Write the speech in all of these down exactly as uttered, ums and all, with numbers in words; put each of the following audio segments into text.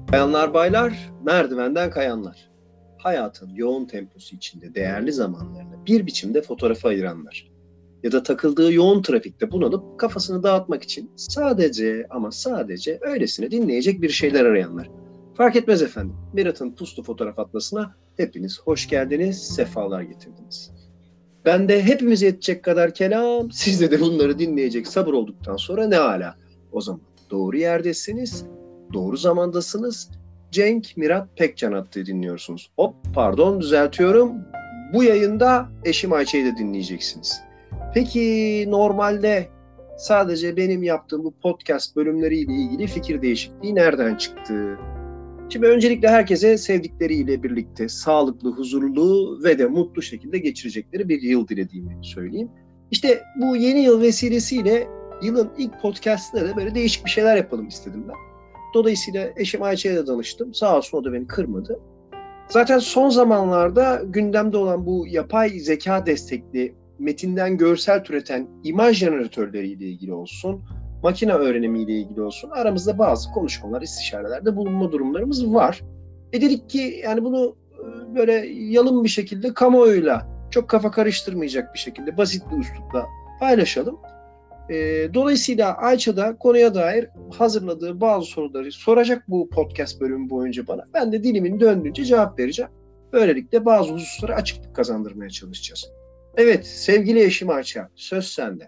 Bayanlar baylar, merdivenden kayanlar. Hayatın yoğun temposu içinde değerli zamanlarını bir biçimde fotoğrafa ayıranlar. Ya da takıldığı yoğun trafikte bunalıp kafasını dağıtmak için sadece ama sadece öylesine dinleyecek bir şeyler arayanlar. Fark etmez efendim. Mirat'ın Puslu Fotoğraf Atlası'na hepiniz hoş geldiniz, sefalar getirdiniz. Ben de hepimize yetecek kadar kelam, sizde de bunları dinleyecek sabır olduktan sonra ne âlâ. O zaman doğru yerdesiniz, doğru zamandasınız. Cenk Mirat Pekcan Attı'yı dinliyorsunuz. Hop pardon düzeltiyorum. Bu yayında eşim Ayça'yı da dinleyeceksiniz. Peki normalde sadece benim yaptığım bu podcast bölümleriyle ilgili fikir değişikliği nereden çıktı? Şimdi öncelikle herkese sevdikleriyle birlikte sağlıklı, huzurlu ve de mutlu şekilde geçirecekleri bir yıl dilediğimi söyleyeyim. İşte bu yeni yıl vesilesiyle yılın ilk podcast'ında da böyle değişik bir şeyler yapalım istedim ben. Dolayısıyla eşim Ayça'ya da danıştım. Sağ olsun o da beni kırmadı. Zaten son zamanlarda gündemde olan bu yapay zeka destekli metinden görsel türeten imaj jeneratörleriyle ilgili olsun, makine öğrenimiyle ilgili olsun aramızda bazı konuşmalar, istişarelerde bulunma durumlarımız var. E dedik ki yani bunu böyle yalın bir şekilde kamuoyuyla çok kafa karıştırmayacak bir şekilde basit bir üslupla paylaşalım. E, dolayısıyla Ayça da konuya dair hazırladığı bazı soruları soracak bu podcast bölümü boyunca bana. Ben de dilimin döndüğünce cevap vereceğim. Böylelikle bazı hususlara açıklık kazandırmaya çalışacağız. Evet sevgili eşim Ayça, söz sende.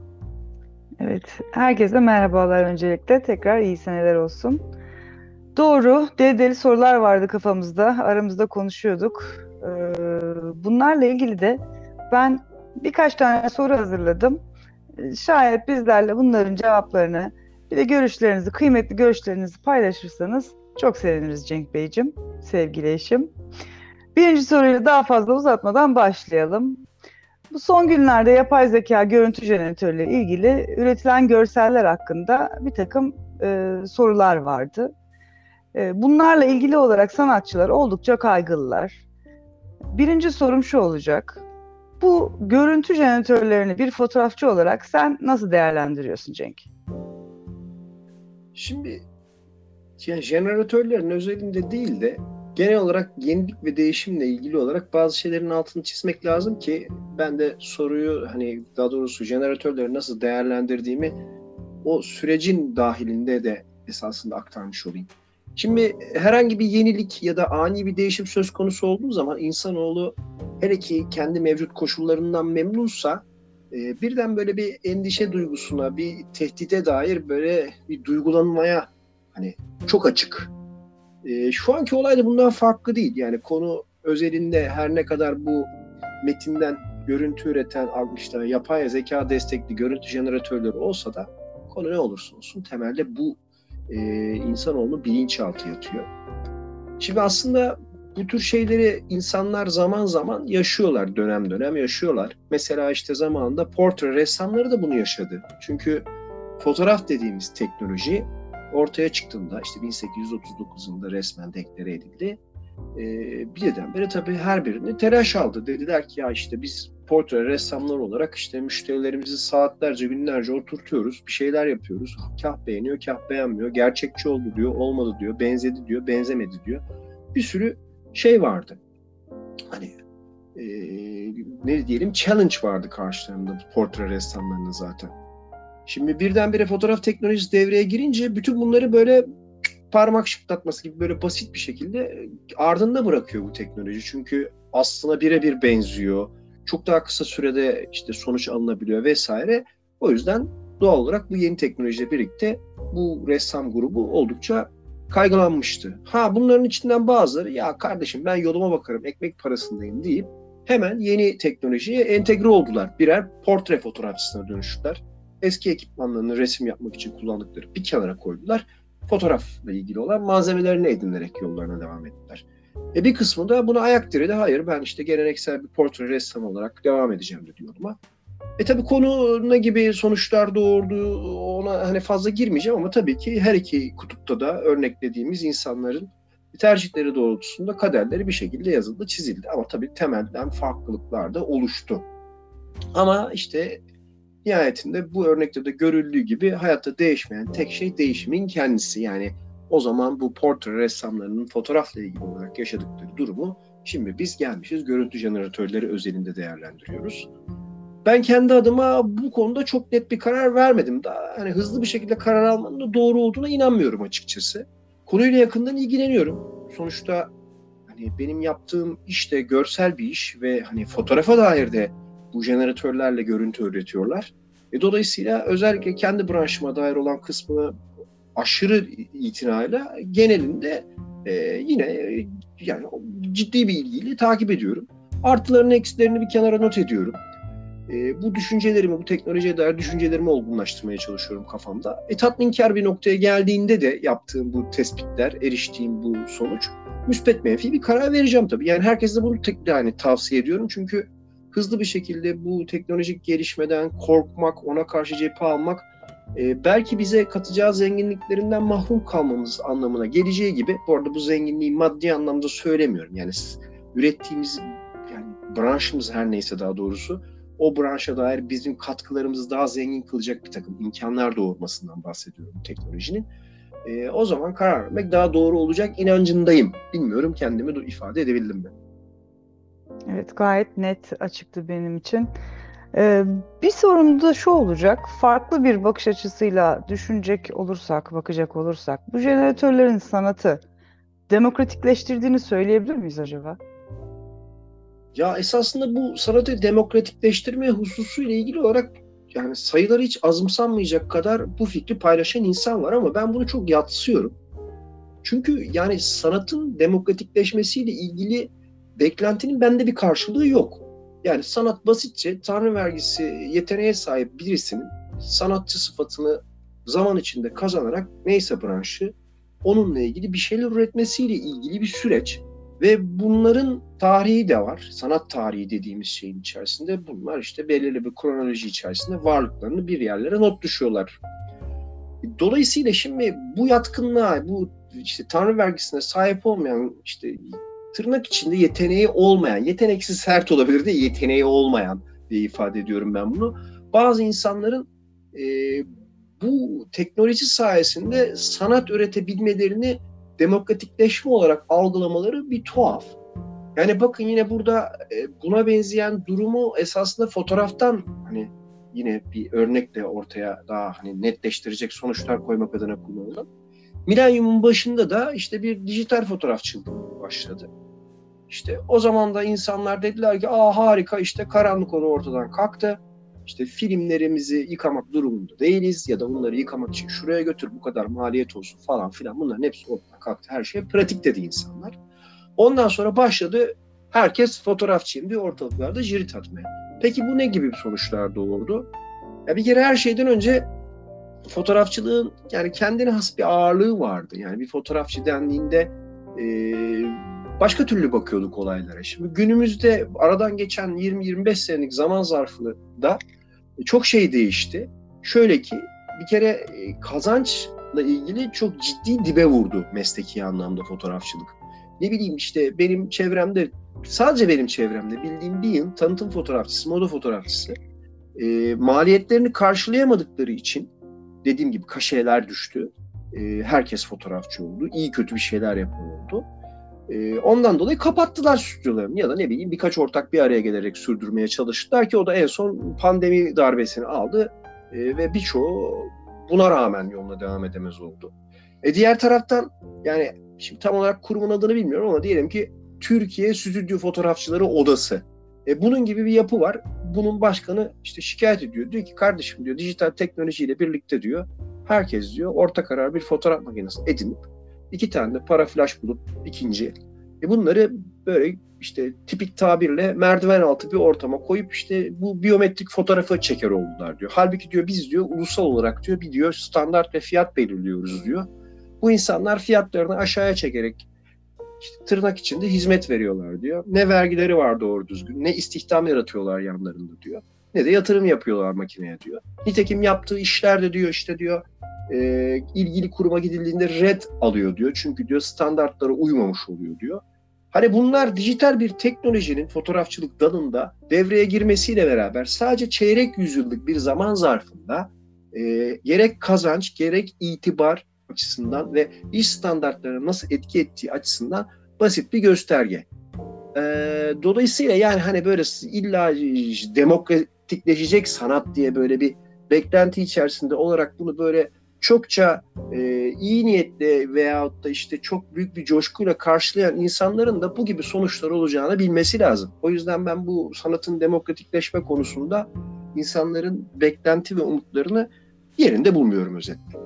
Evet, herkese merhabalar öncelikle. Tekrar iyi seneler olsun. Doğru, deli deli sorular vardı kafamızda. Aramızda konuşuyorduk. Ee, bunlarla ilgili de ben birkaç tane soru hazırladım. Şayet bizlerle bunların cevaplarını, bir de görüşlerinizi, kıymetli görüşlerinizi paylaşırsanız çok seviniriz Cenk Beyciğim, sevgili eşim. Birinci soruyla daha fazla uzatmadan başlayalım. Bu son günlerde yapay zeka görüntü jeneratörüyle ilgili üretilen görseller hakkında bir takım e, sorular vardı. E, bunlarla ilgili olarak sanatçılar oldukça kaygılılar. Birinci sorum şu olacak. Bu görüntü jeneratörlerini bir fotoğrafçı olarak sen nasıl değerlendiriyorsun Cenk? Şimdi yani jeneratörlerin özelinde değil de genel olarak yenilik ve değişimle ilgili olarak bazı şeylerin altını çizmek lazım ki ben de soruyu hani daha doğrusu jeneratörleri nasıl değerlendirdiğimi o sürecin dahilinde de esasında aktarmış olayım. Şimdi herhangi bir yenilik ya da ani bir değişim söz konusu olduğu zaman insanoğlu hele ki kendi mevcut koşullarından memnunsa e, birden böyle bir endişe duygusuna, bir tehdide dair böyle bir duygulanmaya hani çok açık. E, şu anki olay da bundan farklı değil. Yani konu özelinde her ne kadar bu metinden görüntü üreten işte yapay zeka destekli görüntü jeneratörleri olsa da konu ne olursa olsun temelde bu e, insanoğlunun bilinçaltı yatıyor. Şimdi aslında bu tür şeyleri insanlar zaman zaman yaşıyorlar, dönem dönem yaşıyorlar. Mesela işte zamanında portre ressamları da bunu yaşadı. Çünkü fotoğraf dediğimiz teknoloji ortaya çıktığında işte bin sekiz yüz otuz dokuz yılında resmen deklare edildi. Ee, birdenbire tabii her birini telaş aldı. Dediler ki ya işte biz portre ressamlar olarak işte müşterilerimizi saatlerce günlerce oturtuyoruz. Bir şeyler yapıyoruz. Kah beğeniyor, kah beğenmiyor. Gerçekçi oldu diyor, olmadı diyor. Benzedi diyor, benzemedi diyor. Bir sürü şey vardı. Hani e, ne diyelim challenge vardı karşılarında portre ressamlarının zaten. Şimdi birdenbire fotoğraf teknolojisi devreye girince bütün bunları böyle parmak şıklatması gibi böyle basit bir şekilde ardında bırakıyor bu teknoloji. Çünkü aslına birebir benziyor. Çok daha kısa sürede işte sonuç alınabiliyor vesaire. O yüzden doğal olarak bu yeni teknolojiyle birlikte bu ressam grubu oldukça kaygılanmıştı. Ha bunların içinden bazıları ya kardeşim ben yoluma bakarım ekmek parasındayım deyip hemen yeni teknolojiye entegre oldular. Birer portre fotoğrafçısına dönüştüler. Eski ekipmanlarını resim yapmak için kullandıkları bir kenara koydular. Fotoğrafla ilgili olan malzemelerini edinerek yollarına devam ettiler. E bir kısmı da buna ayak diredi. Hayır ben işte geleneksel bir portre ressam olarak devam edeceğim dedi yoluma. E tabii konu ne gibi sonuçlar doğurdu ona hani fazla girmeyeceğim ama tabii ki her iki kutupta da örneklediğimiz insanların tercihleri doğrultusunda kaderleri bir şekilde yazıldı, çizildi. Ama tabii temelden farklılıklar da oluştu. Ama işte nihayetinde bu örnekte de görüldüğü gibi hayatta değişmeyen tek şey değişimin kendisi. Yani O zaman bu portre ressamlarının fotoğrafla ilgili olarak yaşadıkları durumu şimdi biz gelmişiz görüntü jeneratörleri özelinde değerlendiriyoruz. Ben kendi adıma bu konuda çok net bir karar vermedim. Daha hani hızlı bir şekilde karar almanın da doğru olduğuna inanmıyorum açıkçası. Konuyla yakından ilgileniyorum. Sonuçta hani benim yaptığım iş de görsel bir iş ve hani fotoğrafa dair de bu jeneratörlerle görüntü üretiyorlar. E, dolayısıyla özellikle kendi branşıma dair olan kısmını aşırı itinayla genelinde e, yine e, yani ciddi bir ilgiyle takip ediyorum. Artılarını eksilerini bir kenara not ediyorum. E, bu düşüncelerimi, bu teknolojiye dair düşüncelerimi olgunlaştırmaya çalışıyorum kafamda. E, tatminkar bir noktaya geldiğinde de yaptığım bu tespitler, eriştiğim bu sonuç müspet menfi bir karar vereceğim tabii. Yani herkese bunu tek, yani tavsiye ediyorum çünkü hızlı bir şekilde bu teknolojik gelişmeden korkmak, ona karşı cephe almak e, belki bize katacağı zenginliklerinden mahrum kalmamız anlamına geleceği gibi, bu arada bu zenginliği maddi anlamda söylemiyorum. Yani ürettiğimiz yani branşımız her neyse daha doğrusu o branşa dair bizim katkılarımızı daha zengin kılacak bir takım imkanlar doğurmasından bahsediyorum teknolojinin. E, o zaman karar vermek daha doğru olacak inancındayım. Bilmiyorum kendimi de ifade edebildim mi? Evet, gayet net açıktı benim için. Ee, bir sorun da şu olacak. Farklı bir bakış açısıyla düşünecek olursak, bakacak olursak, bu jeneratörlerin sanatı demokratikleştirdiğini söyleyebilir miyiz acaba? Ya esasında bu sanatı demokratikleştirme hususuyla ilgili olarak yani sayıları hiç azımsanmayacak kadar bu fikri paylaşan insan var ama ben bunu çok yadsıyorum. Çünkü yani sanatın demokratikleşmesiyle ilgili beklentinin bende bir karşılığı yok. Yani sanat basitçe tanrı vergisi yeteneğe sahip birisinin sanatçı sıfatını zaman içinde kazanarak neyse branşı onunla ilgili bir şeyler üretmesiyle ilgili bir süreç. Ve bunların tarihi de var. Sanat tarihi dediğimiz şeyin içerisinde bunlar işte belirli bir kronoloji içerisinde varlıklarını bir yerlere not düşüyorlar. Dolayısıyla şimdi bu yatkınlığa, bu işte tanrı vergisine sahip olmayan, işte tırnak içinde yeteneği olmayan, yeteneksiz sert olabilir de yeteneği olmayan diye ifade ediyorum ben bunu. Bazı insanların e, bu teknoloji sayesinde sanat üretebilmelerini demokratikleşme olarak algılamaları bir tuhaf. Yani bakın yine burada e, buna benzeyen durumu esasında fotoğraftan hani yine bir örnekle ortaya daha hani netleştirecek sonuçlar koymak adına kullanıldı. Milenyumun başında da işte bir dijital fotoğraf çılgınlığı başladı. İşte o zaman da insanlar dediler ki aa harika işte karanlık onu ortadan kalktı. İşte filmlerimizi yıkamak durumunda değiliz ya da bunları yıkamak için şuraya götür bu kadar maliyet olsun falan filan bunların hepsi ortadan kalktı. Her şey pratik dedi insanlar. Ondan sonra başladı herkes fotoğrafçıyım diye ortalıklarda jirit atmaya. Peki bu ne gibi sonuçlar doğurdu? Ya bir kere her şeyden önce fotoğrafçılığın yani kendine has bir ağırlığı vardı. Yani bir fotoğrafçı dendiğinde e, başka türlü bakıyorduk olaylara. Şimdi günümüzde aradan geçen yirmi yirmi beş senelik zaman zarfında çok şey değişti. Şöyle ki bir kere e, kazançla ilgili çok ciddi dibe vurdu mesleki anlamda fotoğrafçılık. Ne bileyim işte benim çevremde sadece benim çevremde bildiğim bir yıl tanıtım fotoğrafçısı, moda fotoğrafçısı e, maliyetlerini karşılayamadıkları için dediğim gibi kaşeler düştü. E, herkes fotoğrafçı oldu. İyi kötü bir şeyler yapan oldu. E, ondan dolayı kapattılar stüdyolarını ya da ne bileyim birkaç ortak bir araya gelerek sürdürmeye çalıştılar ki o da en son pandemi darbesini aldı e, ve birçoğu buna rağmen yoluna devam edemez oldu. E, diğer taraftan yani şimdi tam olarak kurumun adını bilmiyorum ama diyelim ki Türkiye Stüdyo Fotoğrafçıları Odası. E, bunun gibi bir yapı var. Bunun başkanı işte şikayet ediyor. Diyor ki kardeşim diyor dijital teknolojiyle birlikte diyor herkes diyor orta karar bir fotoğraf makinesi edinip iki tane de para flash bulup ikinci. E bunları böyle işte tipik tabirle merdiven altı bir ortama koyup işte bu biyometrik fotoğrafı çeker oldular diyor. Halbuki diyor biz diyor ulusal olarak diyor bir diyor standart ve fiyat belirliyoruz diyor. Bu insanlar fiyatlarını aşağıya çekerek işte tırnak içinde hizmet veriyorlar diyor. Ne vergileri var doğru düzgün, ne istihdam yaratıyorlar yanlarında diyor. Ne de yatırım yapıyorlar makineye diyor. Nitekim yaptığı işlerde diyor işte diyor e, ilgili kuruma gidildiğinde red alıyor diyor. Çünkü diyor standartlara uymamış oluyor diyor. Hani bunlar dijital bir teknolojinin fotoğrafçılık dalında devreye girmesiyle beraber sadece çeyrek yüzyıllık bir zaman zarfında e, gerek kazanç gerek itibar açısından ve iş standartlarına nasıl etki ettiği açısından basit bir gösterge. Ee, dolayısıyla yani hani böyle illa demokratikleşecek sanat diye böyle bir beklenti içerisinde olarak bunu böyle çokça e, iyi niyetle veyahut da işte çok büyük bir coşkuyla karşılayan insanların da bu gibi sonuçlar olacağını bilmesi lazım. O yüzden ben bu sanatın demokratikleşme konusunda insanların beklenti ve umutlarını yerinde bulmuyorum özetle.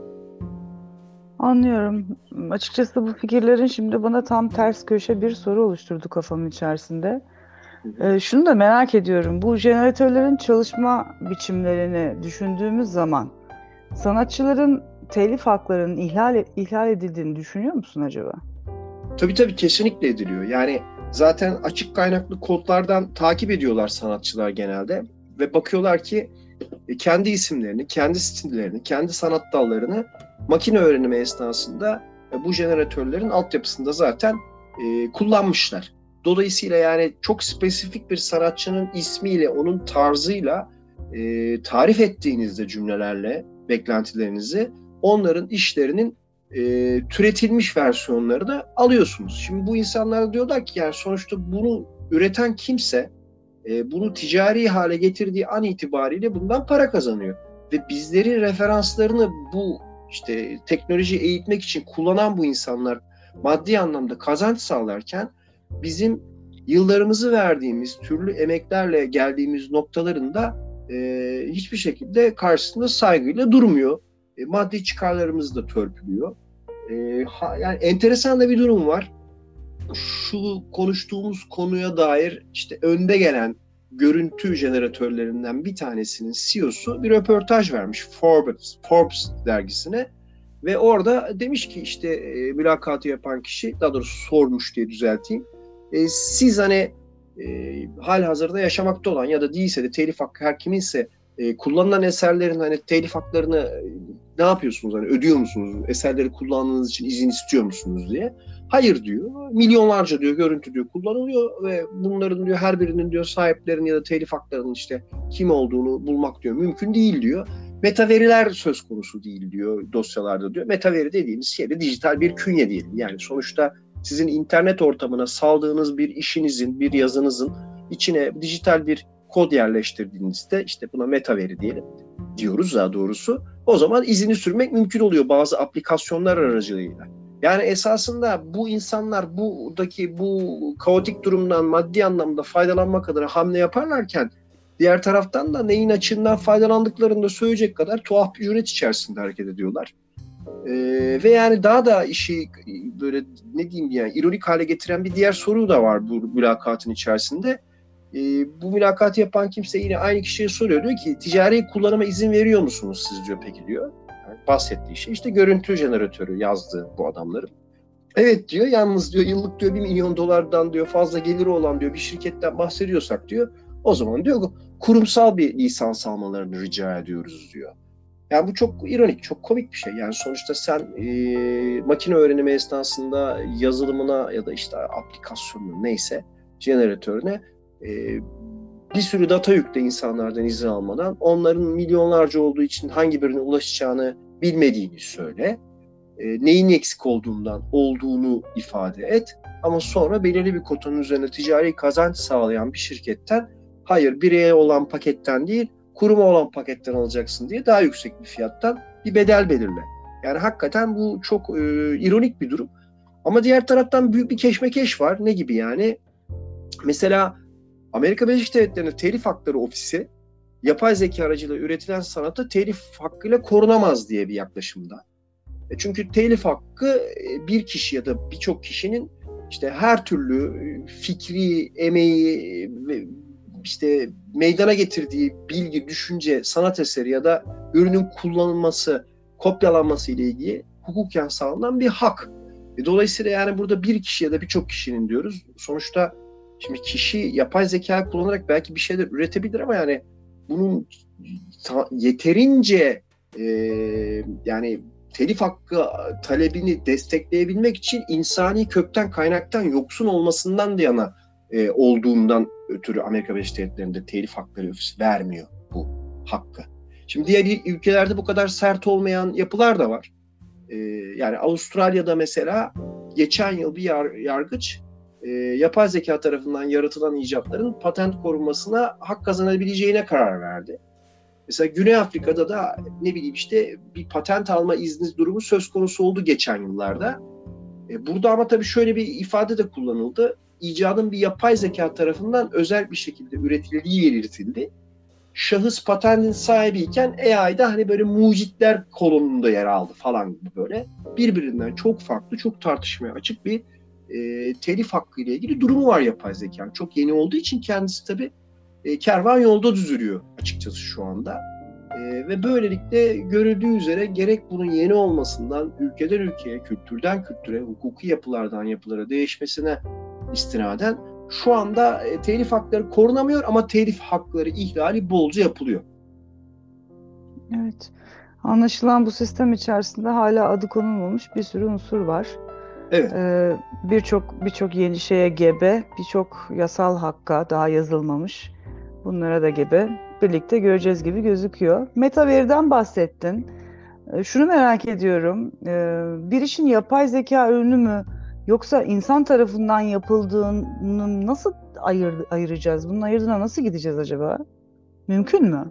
Anlıyorum. Açıkçası bu fikirlerin şimdi bana tam ters köşe bir soru oluşturdu kafamın içerisinde. Ee, şunu da merak ediyorum. Bu jeneratörlerin çalışma biçimlerini düşündüğümüz zaman sanatçıların telif haklarının ihlal, ihlal edildiğini düşünüyor musun acaba? Tabii tabii kesinlikle ediliyor. Yani zaten açık kaynaklı kodlardan takip ediyorlar sanatçılar genelde ve bakıyorlar ki kendi isimlerini, kendi stillerini, kendi sanat dallarını makine öğrenimi esnasında bu jeneratörlerin altyapısında zaten e, kullanmışlar. Dolayısıyla yani çok spesifik bir sanatçının ismiyle, onun tarzıyla e, tarif ettiğinizde cümlelerle beklentilerinizi, onların işlerinin e, türetilmiş versiyonları da alıyorsunuz. Şimdi bu insanlar diyorlar ki yani sonuçta bunu üreten kimse e, bunu ticari hale getirdiği an itibariyle bundan para kazanıyor. Ve bizleri referanslarını bu işte teknoloji eğitmek için kullanan bu insanlar maddi anlamda kazanç sağlarken bizim yıllarımızı verdiğimiz türlü emeklerle geldiğimiz noktaların da e, hiçbir şekilde karşısında saygıyla durmuyor. E, maddi çıkarlarımızı da törpülüyor. E, ha, yani enteresan da bir durum var. Şu konuştuğumuz konuya dair işte önde gelen görüntü jeneratörlerinden bir tanesinin C E O'su bir röportaj vermiş Forbes, Forbes dergisine ve orada demiş ki işte e, mülakatı yapan kişi, daha doğrusu sormuş diye düzelteyim. E, siz hani e, halihazırda yaşamakta olan ya da değilse de telif hakkı her kiminse e, kullanılan eserlerin hani telif haklarını e, ne yapıyorsunuz? Hani ödüyor musunuz? Eserleri kullandığınız için izin istiyor musunuz diye. Hayır diyor. Milyonlarca diyor görüntü diyor kullanılıyor ve bunların diyor her birinin diyor sahiplerinin ya da telif haklarının işte kim olduğunu bulmak diyor mümkün değil diyor. Metaveriler söz konusu değil diyor dosyalarda diyor. Metaveri dediğimiz şey de dijital bir künye değil. Yani sonuçta sizin internet ortamına saldığınız bir işinizin, bir yazınızın içine dijital bir kod yerleştirdiğinizde işte buna metaveri diyelim diyoruz daha doğrusu. O zaman izini sürmek mümkün oluyor bazı aplikasyonlar aracılığıyla. Yani esasında bu insanlar buradaki bu kaotik durumdan maddi anlamda faydalanmak adına hamle yaparlarken diğer taraftan da neyin açığından faydalandıklarını da söyleyecek kadar tuhaf bir cüret içerisinde hareket ediyorlar. Ee, ve yani daha da işi böyle ne diyeyim yani ironik hale getiren bir diğer soru da var bu mülakatın içerisinde. Ee, bu mülakatı yapan kimse yine aynı kişiye soruyor. Diyor ki ticari kullanıma izin veriyor musunuz siz diyor peki diyor. Yani bahsettiği şey işte görüntü jeneratörü yazdı bu adamların. Evet diyor yalnız diyor yıllık diyor bir milyon dolardan diyor fazla geliri olan diyor bir şirketten bahsediyorsak diyor o zaman diyor kurumsal bir lisans almalarını rica ediyoruz diyor. Yani bu çok ironik, çok komik bir şey. Yani sonuçta sen e, makine öğrenimi esnasında yazılımına ya da işte aplikasyonuna neyse jeneratörüne e, bir sürü data yükle insanlardan izin almadan onların milyonlarca olduğu için hangi birine ulaşacağını bilmediğini söyle. E, neyin eksik olduğundan olduğunu ifade et. Ama sonra belirli bir kotanın üzerine ticari kazanç sağlayan bir şirketten hayır bireye olan paketten değil kuruma olan paketten alacaksın diye daha yüksek bir fiyattan bir bedel belirle. Yani hakikaten bu çok e, ironik bir durum. Ama diğer taraftan büyük bir keşmekeş var. Ne gibi yani? Mesela Amerika Birleşik Devletleri'nde telif hakları ofisi yapay zeka aracıyla üretilen sanata telif hakkıyla korunamaz diye bir yaklaşımda. E çünkü telif hakkı bir kişi ya da birçok kişinin işte her türlü fikri, emeği ve işte meydana getirdiği bilgi, düşünce, sanat eseri ya da ürünün kullanılması, kopyalanması ile ilgili hukuken sağlanan bir hak. E dolayısıyla yani burada bir kişi ya da birçok kişinin diyoruz. Sonuçta şimdi kişi yapay zeka kullanarak belki bir şeyler üretebilir ama yani bunun yeterince e, yani telif hakkı talebini destekleyebilmek için insani kökten kaynaktan yoksun olmasından da yana e, olduğundan ötürü Amerika Birleşik Devletleri'nde telif hakları ofisi vermiyor bu hakkı. Şimdi diğer ülkelerde bu kadar sert olmayan yapılar da var. E, yani Avustralya'da mesela geçen yıl bir yar, yargıç e, yapay zeka tarafından yaratılan icatların patent korunmasına hak kazanabileceğine karar verdi. Mesela Güney Afrika'da da ne bileyim işte bir patent alma izni durumu söz konusu oldu geçen yıllarda. E, burada ama tabii şöyle bir ifade de kullanıldı. İcadın bir yapay zeka tarafından özel bir şekilde üretildiği belirtildi. Şahıs patentin sahibiyken A I'da hani böyle mucitler kolonunda yer aldı falan gibi böyle. Birbirinden çok farklı, çok tartışmaya açık bir e, telif hakkı ile ilgili durumu var yapay zekanın. Çok yeni olduğu için kendisi tabii e, kervan yolda düzülüyor açıkçası şu anda. E, ve böylelikle görüldüğü üzere gerek bunun yeni olmasından ülkeden ülkeye, kültürden kültüre, hukuki yapılardan yapılara değişmesine istinaden şu anda e, telif hakları korunamıyor ama telif hakları ihlali bolca yapılıyor. Evet. Anlaşılan bu sistem içerisinde hala adı konulmamış bir sürü unsur var. Evet. Ee, birçok birçok yeni şeye gebe, birçok yasal hakka daha yazılmamış. Bunlara da gebe. Birlikte göreceğiz gibi gözüküyor. Metaverse'den bahsettin. Ee, şunu merak ediyorum. Ee, bir işin yapay zeka ürünü mü yoksa insan tarafından yapıldığını nasıl ayır, ayıracağız? Bunun ayırdığına nasıl gideceğiz acaba? Mümkün mü?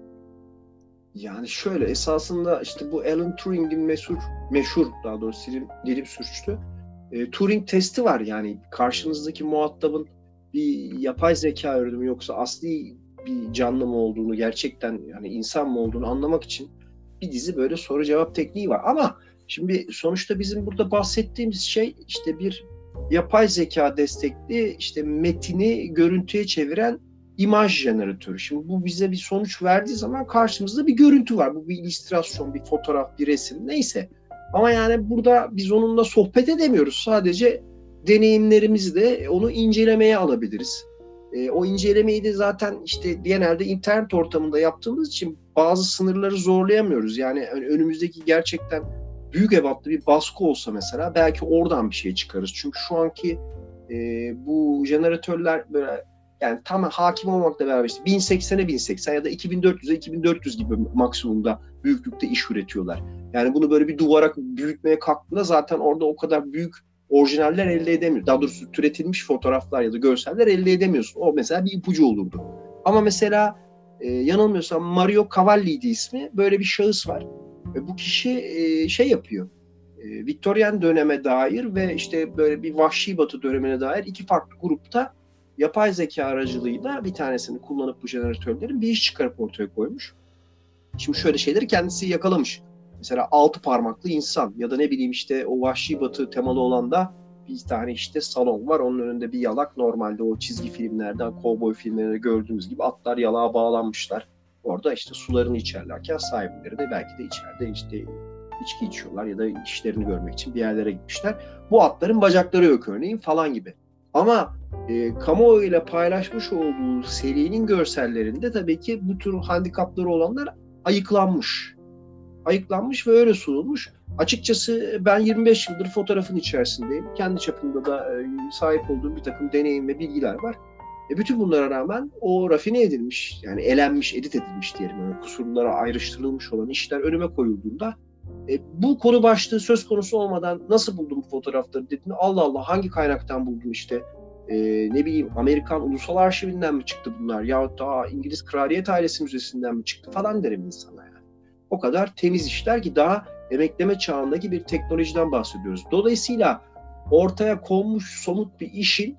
Yani şöyle esasında işte bu Alan Turing'in meşhur, meşhur daha doğrusu dilim, dilim sürçtü. E, Turing testi var yani karşınızdaki muhatabın bir yapay zeka ürünü mü yoksa asli bir canlı mı olduğunu gerçekten yani insan mı olduğunu anlamak için bir dizi böyle soru cevap tekniği var. Ama şimdi sonuçta bizim burada bahsettiğimiz şey işte bir yapay zeka destekli işte metini görüntüye çeviren imaj jeneratörü. Şimdi bu bize bir sonuç verdiği zaman karşımızda bir görüntü var. Bu bir illüstrasyon, bir fotoğraf, bir resim neyse. Ama yani burada biz onunla sohbet edemiyoruz. Sadece deneyimlerimizle onu incelemeye alabiliriz. E, o incelemeyi de zaten işte genelde internet ortamında yaptığımız için bazı sınırları zorlayamıyoruz. Yani önümüzdeki gerçekten büyük ebatlı bir baskı olsa mesela belki oradan bir şey çıkarız. Çünkü şu anki e, bu jeneratörler böyle yani tam hakim olmakla beraber işte bin seksene bin seksen ya da iki bin dört yüze iki bin dört yüz gibi maksimumda büyüklükte iş üretiyorlar. Yani bunu böyle bir duvara büyütmeye kalktığında zaten orada o kadar büyük orijinaller elde edemiyor. Daha doğrusu türetilmiş fotoğraflar ya da görseller elde edemiyorsun. O mesela bir ipucu olurdu. Ama mesela e, yanılmıyorsam Mario Cavalli'ydi ismi. Böyle bir şahıs var. Ve bu kişi e, şey yapıyor. E, Viktoryen döneme dair ve işte böyle bir Vahşi Batı dönemine dair iki farklı grupta yapay zeka aracılığıyla bir tanesini kullanıp bu jeneratörlerin bir iş çıkarıp ortaya koymuş. Şimdi şöyle şeyleri kendisi yakalamış. Mesela altı parmaklı insan ya da ne bileyim işte o Vahşi Batı temalı olan da bir tane işte salon var. Onun önünde bir yalak. Normalde o çizgi filmlerde, kovboy filmlerinde gördüğümüz gibi atlar yalağa bağlanmışlar. Orada işte sularını içerlerken sahipleri de belki de içeride işte içki içiyorlar ya da işlerini görmek için bir yerlere gitmişler. Bu atların bacakları yok örneğin falan gibi. Ama e, kamuoyuyla paylaşmış olduğu serinin görsellerinde tabii ki bu tür handikapları olanlar ayıklanmış. Ayıklanmış ve öyle sunulmuş. Açıkçası ben yirmi beş yıldır fotoğrafın içerisindeyim. Kendi çapımda da e, sahip olduğum bir takım deneyim ve bilgiler var. E, bütün bunlara rağmen o rafine edilmiş, yani elenmiş, edit edilmiş diyelim. Yani kusurlara ayrıştırılmış olan işler önüme koyulduğunda e, bu konu başlığı söz konusu olmadan nasıl buldum bu fotoğrafları dediğinde Allah Allah hangi kaynaktan buldum işte e, ne bileyim Amerikan Ulusal Arşivinden mi çıktı bunlar yahut da İngiliz Kraliyet Ailesi Müzesi'nden mi çıktı falan derim insana yani. O kadar temiz işler ki daha emekleme çağındaki bir teknolojiden bahsediyoruz. Dolayısıyla ortaya konmuş somut bir işin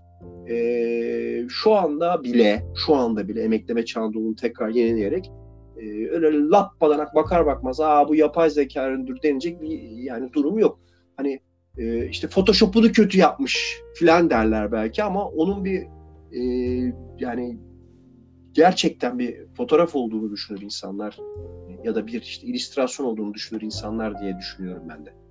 e, şu anda bile şu anda bile emekleme çağında onu tekrar yenileyerek e, öyle lap badanak bakar bakmaz aa bu yapay zeka ürünüdür denilecek bir yani durum yok. Hani e, işte Photoshop'unu kötü yapmış filan derler belki ama onun bir e, yani gerçekten bir fotoğraf olduğunu düşünür insanlar ya da bir işte illüstrasyon olduğunu düşünür insanlar diye düşünüyorum ben de.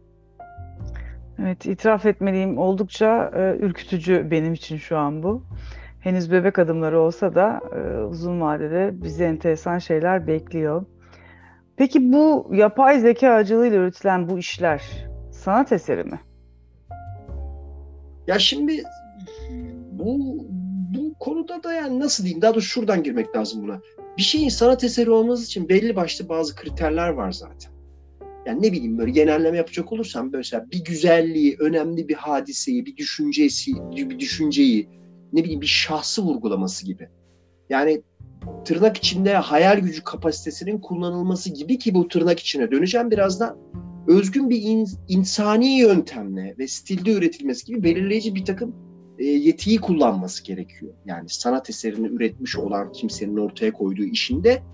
Evet, itiraf etmeliyim oldukça e, ürkütücü benim için şu an bu. Henüz bebek adımları olsa da e, uzun vadede bizi enteresan şeyler bekliyor. Peki bu yapay zeka aracılığıyla üretilen bu işler sanat eseri mi? Ya şimdi bu bu konuda da yani nasıl diyeyim daha doğrusu şuradan girmek lazım buna. Bir şeyin sanat eseri olması için belli başlı bazı kriterler var zaten. Yani ne bileyim böyle genelleme yapacak olursam mesela bir güzelliği, önemli bir hadiseyi, bir düşüncesi, bir düşünceyi, ne bileyim bir şahsı vurgulaması gibi. Yani tırnak içinde hayal gücü kapasitesinin kullanılması gibi ki bu tırnak içine döneceğim birazdan. Özgün bir in, insani yöntemle ve stilde üretilmesi gibi belirleyici bir takım e, yetiyi kullanması gerekiyor. Yani sanat eserini üretmiş olan kimsenin ortaya koyduğu işinde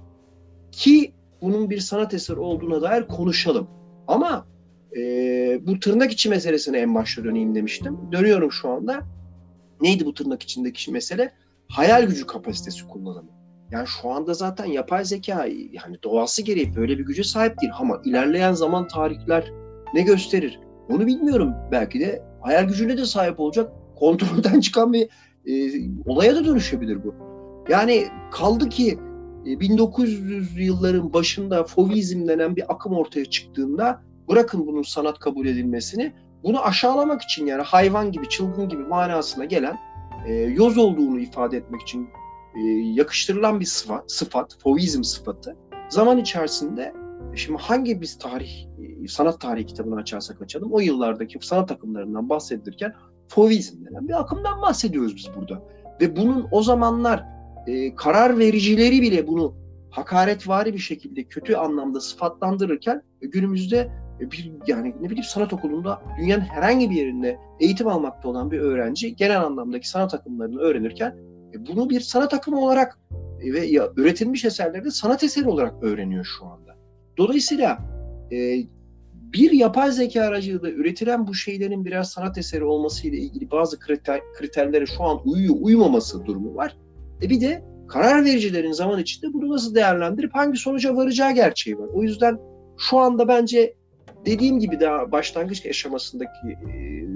ki bunun bir sanat eseri olduğuna dair konuşalım. Ama e, bu tırnak içi meselesine en başta döneyim demiştim. Dönüyorum şu anda. Neydi bu tırnak içindeki mesele? Hayal gücü kapasitesi kullanımı. Yani şu anda zaten yapay zeka yani doğası gereği böyle bir güce sahip değil ama ilerleyen zaman tarihler ne gösterir? Onu bilmiyorum. Belki de hayal gücüne de sahip olacak, kontrolden çıkan bir e, olaya da dönüşebilir bu. Yani kaldı ki e, bin dokuz yüz yılların başında Fauvizm denen bir akım ortaya çıktığında bırakın bunun sanat kabul edilmesini, bunu aşağılamak için yani hayvan gibi, çılgın gibi manasına gelen e, yoz olduğunu ifade etmek için e, yakıştırılan bir sıfat, sıfat, Fauvizm sıfatı. Zaman içerisinde şimdi hangi biz tarih, e, sanat tarihi kitabını açarsak açalım, o yıllardaki sanat akımlarından bahsedilirken Fauvizm denen bir akımdan bahsediyoruz biz burada. Ve bunun o zamanlar e, karar vericileri bile bunu hakaretvari bir şekilde kötü anlamda sıfatlandırırken e, günümüzde bir yani ne bileyim sanat okulunda dünyanın herhangi bir yerinde eğitim almakta olan bir öğrenci genel anlamdaki sanat akımlarını öğrenirken e, bunu bir sanat akımı olarak e, ve ya, üretilmiş eserlerde sanat eseri olarak öğreniyor şu anda. Dolayısıyla e, bir yapay zeka aracılığıyla üretilen bu şeylerin birer sanat eseri olması ile ilgili bazı kriter, kriterlere şu an uyuyor, uymaması durumu var. E bir de karar vericilerin zaman içinde bunu nasıl değerlendirip hangi sonuca varacağı gerçeği var. O yüzden şu anda bence dediğim gibi daha başlangıç aşamasındaki e,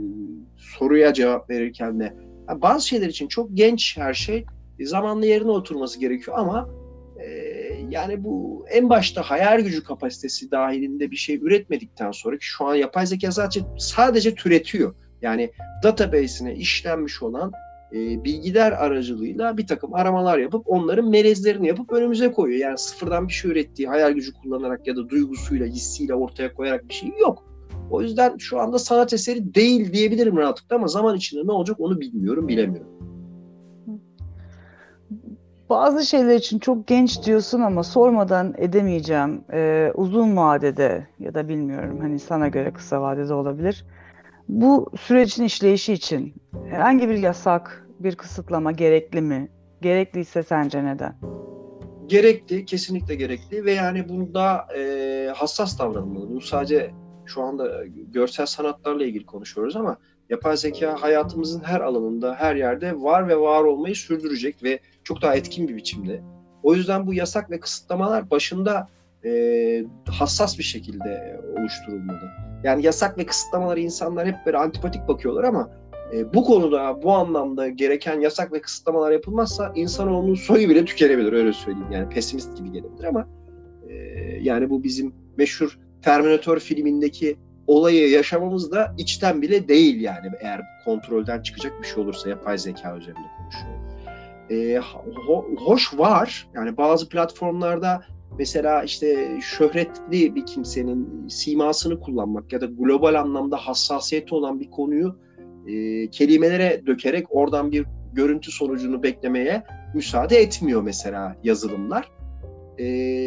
soruya cevap verirken de yani bazı şeyler için çok genç her şey e, zamanla yerine oturması gerekiyor ama e, yani bu en başta hayal gücü kapasitesi dahilinde bir şey üretmedikten sonra ki şu an yapay zeka sadece, sadece türetiyor. Yani database'ine işlenmiş olan e, bilgiler aracılığıyla bir takım aramalar yapıp onların melezlerini yapıp önümüze koyuyor. Yani sıfırdan bir şey ürettiği hayal gücü kullanarak ya da duygusuyla, hissiyle ortaya koyarak bir şey yok. O yüzden şu anda sanat eseri değil diyebilirim rahatlıkla ama zaman içinde ne olacak onu bilmiyorum, bilemiyorum. Bazı şeyler için çok genç diyorsun ama sormadan edemeyeceğim. Ee, uzun vadede ya da bilmiyorum hani sana göre kısa vadede olabilir. Bu sürecin işleyişi için herhangi bir yasak, bir kısıtlama gerekli mi? Gerekliyse sence neden? Gerekli, kesinlikle gerekli ve yani bunda e, hassas davranılmalı. Bu sadece şu anda görsel sanatlarla ilgili konuşuyoruz ama yapay zeka hayatımızın her alanında, her yerde var ve var olmayı sürdürecek ve çok daha etkin bir biçimde. O yüzden bu yasak ve kısıtlamalar başında e, hassas bir şekilde oluşturulmalı. Yani yasak ve kısıtlamaları insanlar hep böyle antipatik bakıyorlar ama e, bu konuda bu anlamda gereken yasak ve kısıtlamalar yapılmazsa insanoğlunun soyu bile tükenebilir öyle söyleyeyim. Yani pesimist gibi gelebilir ama e, yani bu bizim meşhur Terminator filmindeki olayı yaşamamız da içten bile değil yani eğer kontrolden çıkacak bir şey olursa yapay zeka üzerinde konuşuyor. E, ho- hoş var yani bazı platformlarda mesela işte şöhretli bir kimsenin simasını kullanmak ya da global anlamda hassasiyeti olan bir konuyu e, kelimelere dökerek oradan bir görüntü sonucunu beklemeye müsaade etmiyor mesela yazılımlar. E,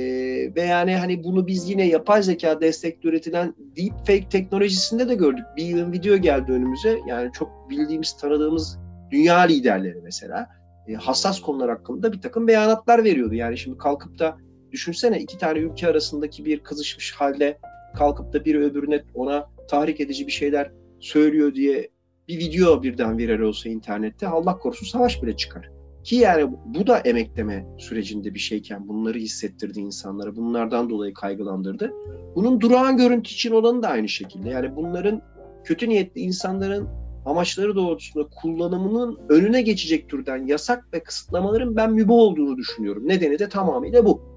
ve yani hani bunu biz yine yapay zeka destekli üretilen deepfake teknolojisinde de gördük. Bir yığın video geldi önümüze. Yani çok bildiğimiz, tanıdığımız dünya liderleri mesela e, hassas konular hakkında bir takım beyanatlar veriyordu. Yani şimdi kalkıp da düşünsene iki tane ülke arasındaki bir kızışmış halde kalkıp da biri öbürüne ona tahrik edici bir şeyler söylüyor diye bir video birden viral olsa internette Allah korusun savaş bile çıkar. Ki yani bu da emekleme sürecinde bir şeyken bunları hissettirdi insanlara. Bunlardan dolayı kaygılandırdı. Bunun durağan görüntü için olanı da aynı şekilde. Yani bunların kötü niyetli insanların amaçları doğrultusunda kullanımının önüne geçecek türden yasak ve kısıtlamaların ben mübah olduğunu düşünüyorum. Nedeni de tamamıyla bu.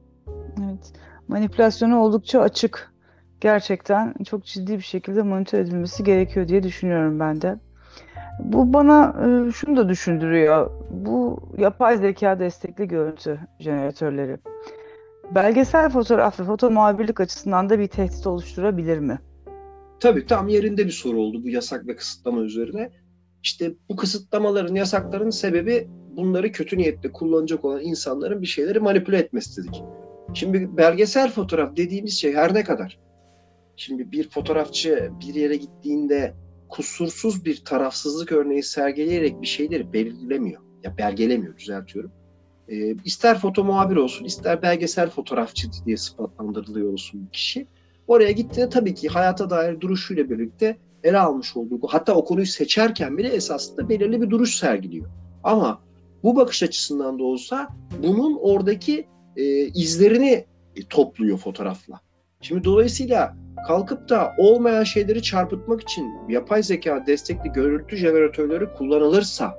Evet. Manipülasyonu oldukça açık. Gerçekten çok ciddi bir şekilde monitör edilmesi gerekiyor diye düşünüyorum ben de. Bu bana e, şunu da düşündürüyor. Bu yapay zeka destekli görüntü jeneratörleri. belgesel fotoğraf ve foto muhabirlik açısından da bir tehdit oluşturabilir mi? Tabii tam yerinde bir soru oldu bu yasak ve kısıtlama üzerine. İşte bu kısıtlamaların, yasakların sebebi bunları kötü niyetle kullanacak olan insanların bir şeyleri manipüle etmesi dedik. Şimdi belgesel fotoğraf dediğimiz şey her ne kadar, şimdi bir fotoğrafçı bir yere gittiğinde kusursuz bir tarafsızlık örneği sergileyerek bir şeyleri belirlemiyor. Ya belgelemiyor, düzeltiyorum. Ee, ister foto muhabir olsun, ister belgesel fotoğrafçı diye sıfatlandırılıyor olsun bu kişi. Oraya gittiğinde tabii ki hayata dair duruşuyla birlikte ele almış olduğu, hatta o konuyu seçerken bile esasında belirli bir duruş sergiliyor. Ama bu bakış açısından da olsa bunun oradaki e, izlerini e, topluyor fotoğrafla. Şimdi dolayısıyla kalkıp da olmayan şeyleri çarpıtmak için yapay zeka destekli görüntü jeneratörleri kullanılırsa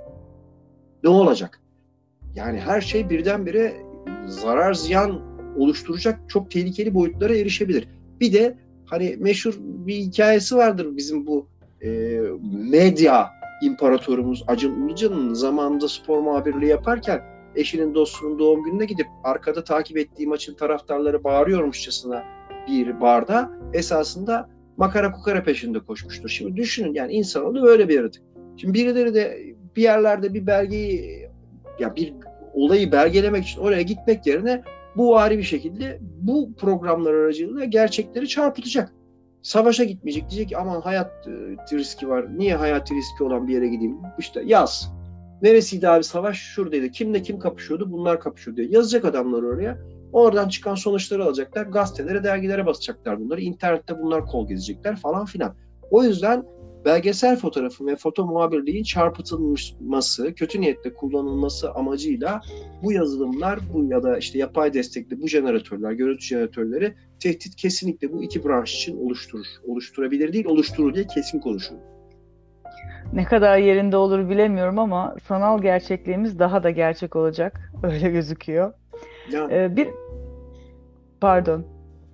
ne olacak? Yani her şey birdenbire zarar ziyan oluşturacak çok tehlikeli boyutlara erişebilir. Bir de hani meşhur bir hikayesi vardır bizim bu e, medya imparatorumuz Acun Ilıcalı'nın zamanında spor muhabirliği yaparken eşinin dostunun doğum gününe gidip arkada takip ettiği maçın taraftarları bağırıyormuşçasına bir barda esasında makara kukara peşinde koşmuştur. Şimdi düşünün yani insanoğlu öyle bir yaratık. Şimdi birileri de bir yerlerde bir belgeyi ya bir olayı belgelemek için oraya gitmek yerine bu vari bir şekilde bu programlar aracılığıyla gerçekleri çarpıtacak. Savaşa gitmeyecek. Diyecek ki aman hayat e, riski var. Niye hayati riski olan bir yere gideyim? İşte yaz. Neresiydi abi savaş? Şuradaydı. Kimle kim kapışıyordu? Bunlar kapışıyor diye. Yazacak adamlar oraya. Oradan çıkan sonuçları alacaklar. Gazetelere, dergilere basacaklar bunları. İnternette bunlar kol gezecekler falan filan. O yüzden belgesel fotoğrafın ve foto muhabirliğin çarpıtılması, kötü niyetle kullanılması amacıyla bu yazılımlar, bu ya da işte yapay destekli bu jeneratörler, görüntü jeneratörleri tehdit kesinlikle bu iki branş için oluşturur. Oluşturabilir değil, oluşturur diye kesin konuşulur. Ne kadar yerinde olur bilemiyorum ama sanal gerçekliğimiz daha da gerçek olacak. Öyle gözüküyor. Yani, Ee, bir pardon.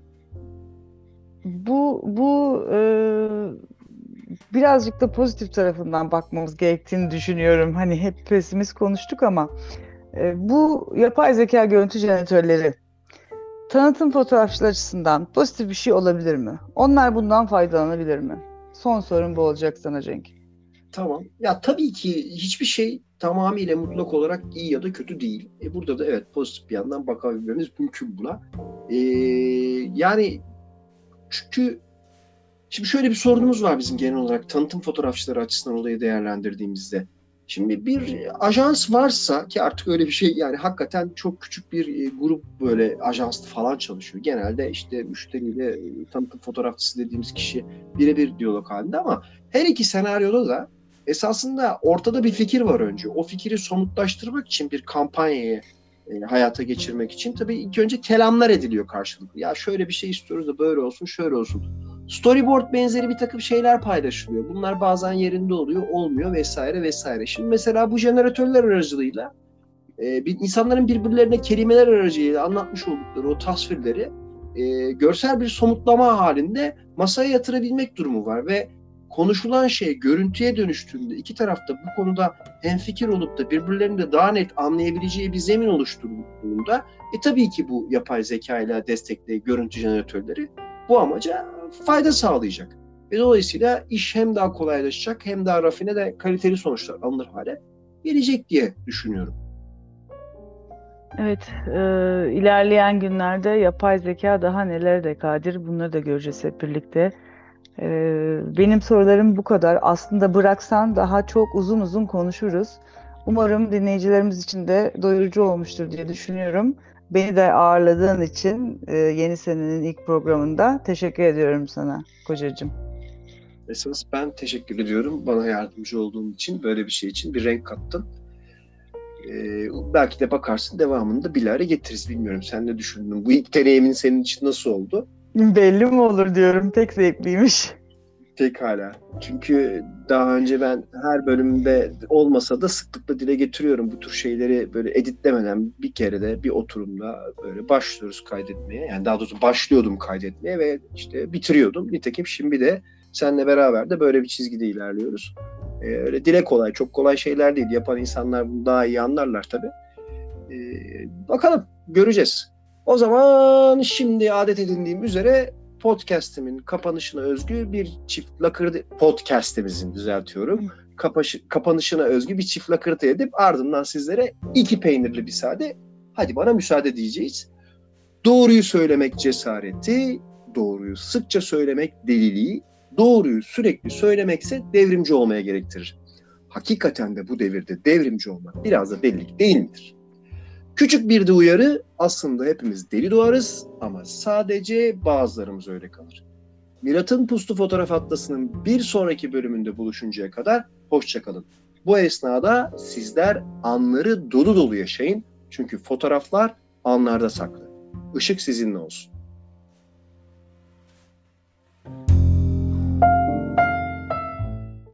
Bu bu e, birazcık da pozitif tarafından bakmamız gerektiğini düşünüyorum. Hani hep pesimist konuştuk ama e, bu yapay zeka görüntü jeneratörleri tanıtım fotoğrafçılar açısından pozitif bir şey olabilir mi? Onlar bundan faydalanabilir mi? Son sorum bu olacak sana Cenk. tamam. Ya tabii ki hiçbir şey tamamıyla mutlak olarak iyi ya da kötü değil. E burada da evet pozitif bir yandan bakabilmemiz mümkün buna. Ee, yani çünkü şimdi şöyle bir sorunumuz var bizim genel olarak tanıtım fotoğrafçıları açısından olayı değerlendirdiğimizde. Şimdi bir ajans varsa ki artık öyle bir şey yani hakikaten çok küçük bir e, grup böyle ajans falan çalışıyor. Genelde işte müşteriyle e, tanıtım fotoğrafçısı dediğimiz kişi birebir diyalog halinde ama her iki senaryoda da esasında ortada bir fikir var önce. O fikri somutlaştırmak için bir kampanyayı e, hayata geçirmek için tabii ilk önce kelamlar ediliyor karşılıklı. Ya şöyle bir şey istiyoruz da böyle olsun, şöyle olsun. Storyboard benzeri bir takım şeyler paylaşılıyor. Bunlar bazen yerinde oluyor, olmuyor vesaire vesaire. Şimdi mesela bu jeneratörler aracılığıyla e, bir, insanların birbirlerine kelimeler aracılığıyla anlatmış oldukları o tasvirleri e, görsel bir somutlama halinde masaya yatırabilmek durumu var ve konuşulan şey görüntüye dönüştüğünde iki tarafta bu konuda hemfikir olup da birbirlerini de daha net anlayabileceği bir zemin oluşturulduğunda e tabii ki bu yapay zeka ile destekli görüntü jeneratörleri bu amaca fayda sağlayacak. Ve dolayısıyla iş hem daha kolaylaşacak hem daha rafine de kaliteli sonuçlar alınır hale gelecek diye düşünüyorum. Evet, e, ilerleyen günlerde yapay zeka daha nelere de kadir, bunları da göreceğiz hep birlikte. E, benim sorularım bu kadar. Aslında bıraksan daha çok uzun uzun konuşuruz. Umarım dinleyicilerimiz için de doyurucu olmuştur diye düşünüyorum. Beni de ağırladığın için e, yeni senenin ilk programında teşekkür ediyorum sana kocacığım. Esas ben teşekkür ediyorum bana yardımcı olduğun için, böyle bir şey için bir renk kattın. Ee, belki de bakarsın devamını da bilahare getiririz, bilmiyorum. Sen ne düşündün? Bu ilk deneyimin senin için nasıl oldu? Belli mi olur diyorum, pek zevkliymiş. Pekala. Çünkü daha önce ben her bölümde olmasa da sıklıkla dile getiriyorum bu tür şeyleri, böyle editlemeden bir kere de bir oturumda böyle başlıyoruz kaydetmeye. Yani daha doğrusu başlıyordum kaydetmeye ve işte bitiriyordum. Nitekim şimdi de seninle beraber de böyle bir çizgide ilerliyoruz. Ee, öyle dile kolay, çok kolay şeyler değil. Yapan insanlar bunu daha iyi anlarlar tabii. Ee, bakalım, göreceğiz. O zaman şimdi adet edindiğim üzere podcast'imin kapanışına özgü bir çift lakırdı, podcast'imizin düzeltiyorum, kapaşı, kapanışına özgü bir çift lakırtı edip ardından sizlere iki peynirli bir sade, hadi bana müsaade diyeceğiz. Doğruyu söylemek cesareti, doğruyu sıkça söylemek deliliği, doğruyu sürekli söylemekse devrimci olmaya gerektirir. Hakikaten de bu devirde devrimci olmak biraz da delilik değil midir? Küçük bir de uyarı, aslında hepimiz deli doğarız ama sadece bazılarımız öyle kalır. Mirat'ın Puslu Fotoğraf Atlası'nın bir sonraki bölümünde buluşuncaya kadar hoşça kalın. Bu esnada sizler anları dolu dolu yaşayın çünkü fotoğraflar anlarda saklı. Işık sizinle olsun.